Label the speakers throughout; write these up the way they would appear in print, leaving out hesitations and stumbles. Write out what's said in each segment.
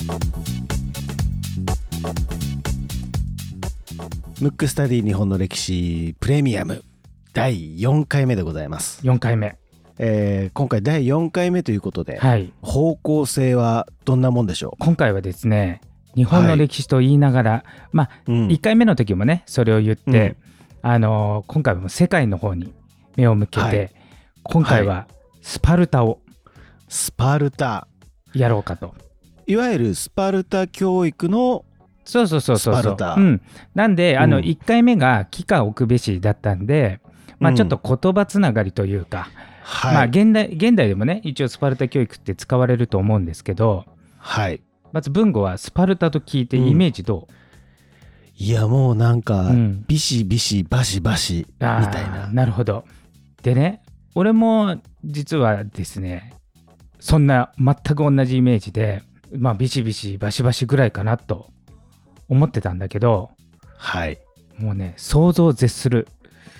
Speaker 1: ムックスタディ日本の歴史プレミアム第4回目でございます。
Speaker 2: 4回目、
Speaker 1: 今回第4回目ということで、
Speaker 2: はい、
Speaker 1: 方向性はどんなもんでしょう。
Speaker 2: 今回はですね、日本の歴史と言いながら、1回目の時もねそれを言って、今回はもう世界の方に目を向けて、今回はスパルタをやろうかと、
Speaker 1: いわゆるスパルタ教育の
Speaker 2: そう
Speaker 1: スパルタ、
Speaker 2: なんで1回目が帰化置くべしだったんで、ちょっと言葉つながりというか、現代でもね一応スパルタ教育って使われると思うんですけど、まず文語はスパルタと聞いてイメージどう？
Speaker 1: いやもうなんか、ビシビシバシバシみたいな。
Speaker 2: なるほど。でね、俺も実はですねそんな全く同じイメージで、ビシビシバシバシぐらいかなと思ってたんだけど、もうね想像を絶する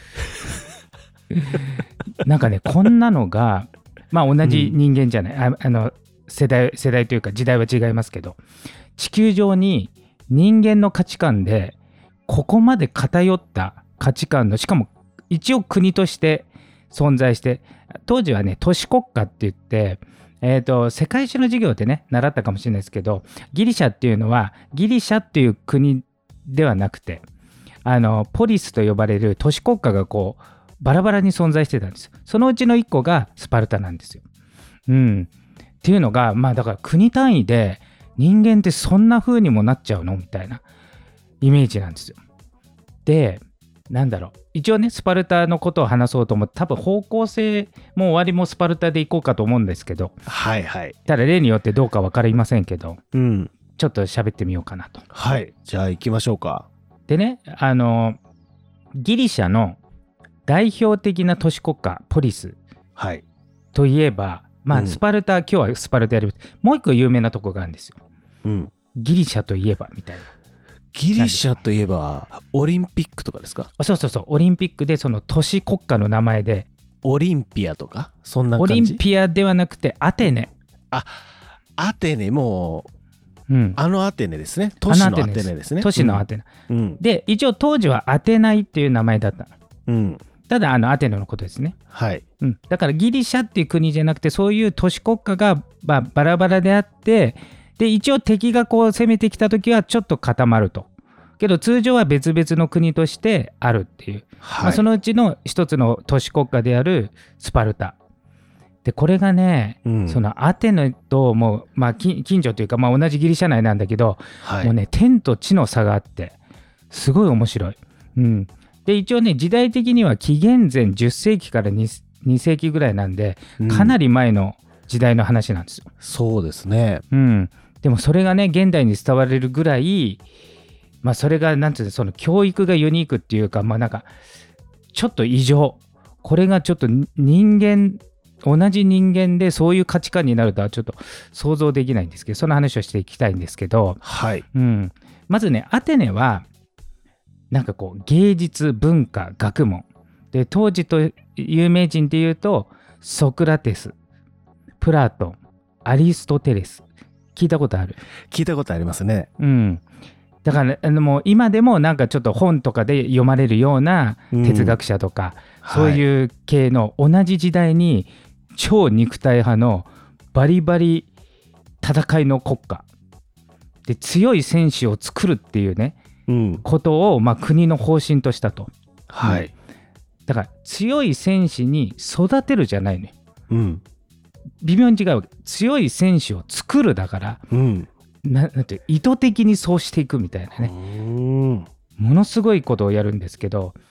Speaker 2: なんかねこんなのが同じ人間じゃない、世代というか時代は違いますけど、地球上に人間の価値観でここまで偏った価値観の、しかも一応国として存在して、当時はね都市国家って言って、世界史の授業でね習ったかもしれないですけど、ギリシャっていうのはギリシャっていう国ではなくて、ポリスと呼ばれる都市国家がこうバラバラに存在してたんですよ。そのうちの1個がスパルタなんですよ。っていうのがだから国単位で人間ってそんな風にもなっちゃうのみたいなイメージなんですよ。で、一応ねスパルタのことを話そうと思って、多分方向性も終わりもスパルタでいこうかと思うんですけど、ただ例によってどうか分かりませんけど、ちょっと喋ってみようかなと。
Speaker 1: じゃあ行きましょうか。
Speaker 2: でね、ギリシャの代表的な都市国家ポリスといえば、スパルタ、今日はスパルタやる。もう一個有名なとこがあるんですよ。ギリシャといえばみたいな。
Speaker 1: ギリシャといえばオリンピックとかですか？
Speaker 2: そうオリンピックでその都市国家の名前で、
Speaker 1: オリンピアとかそんな感じ？
Speaker 2: オリンピアではなくてアテネ。
Speaker 1: アテネ、もう、アテネですね。都市のアテネですね。
Speaker 2: 都市のアテネ、で一応当時はアテナイっていう名前だった。ただアテネのことですね。だからギリシャっていう国じゃなくて、そういう都市国家がバラバラであって、で一応敵がこう攻めてきた時はちょっと固まると。けど通常は別々の国としてあるっていう、そのうちの一つの都市国家であるスパルタで、これがね、そのアテネともう、近所というか、同じギリシャ内なんだけど、もうね天と地の差があってすごい面白い。で一応ね時代的には紀元前10世紀から 2世紀ぐらいなんで、かなり前の時代の話なんですよ。
Speaker 1: そうですね。
Speaker 2: でもそれがね現代に伝われるぐらい、それがなんていうの、その教育がユニークっていうか、なんかちょっと異常。これがちょっと同じ人間でそういう価値観になるとはちょっと想像できないんですけど、その話をしていきたいんですけど、まずねアテネはなんかこう芸術文化学問で、当時と有名人でいうとソクラテス、プラトン、アリストテレス、聞いたことある？
Speaker 1: 聞いたことありますね。
Speaker 2: だからもう今でもなんかちょっと本とかで読まれるような哲学者とか、そういう系の同じ時代に超肉体派のバリバリ戦いの国家で強い戦士を作るっていうね、ことを国の方針としたと。だから強い戦士に育てるじゃないね、微妙に違うわけ。強い戦士を作るだから、なんて意図的にそうしていくみたいなね、ものすごいことをやるんですけど、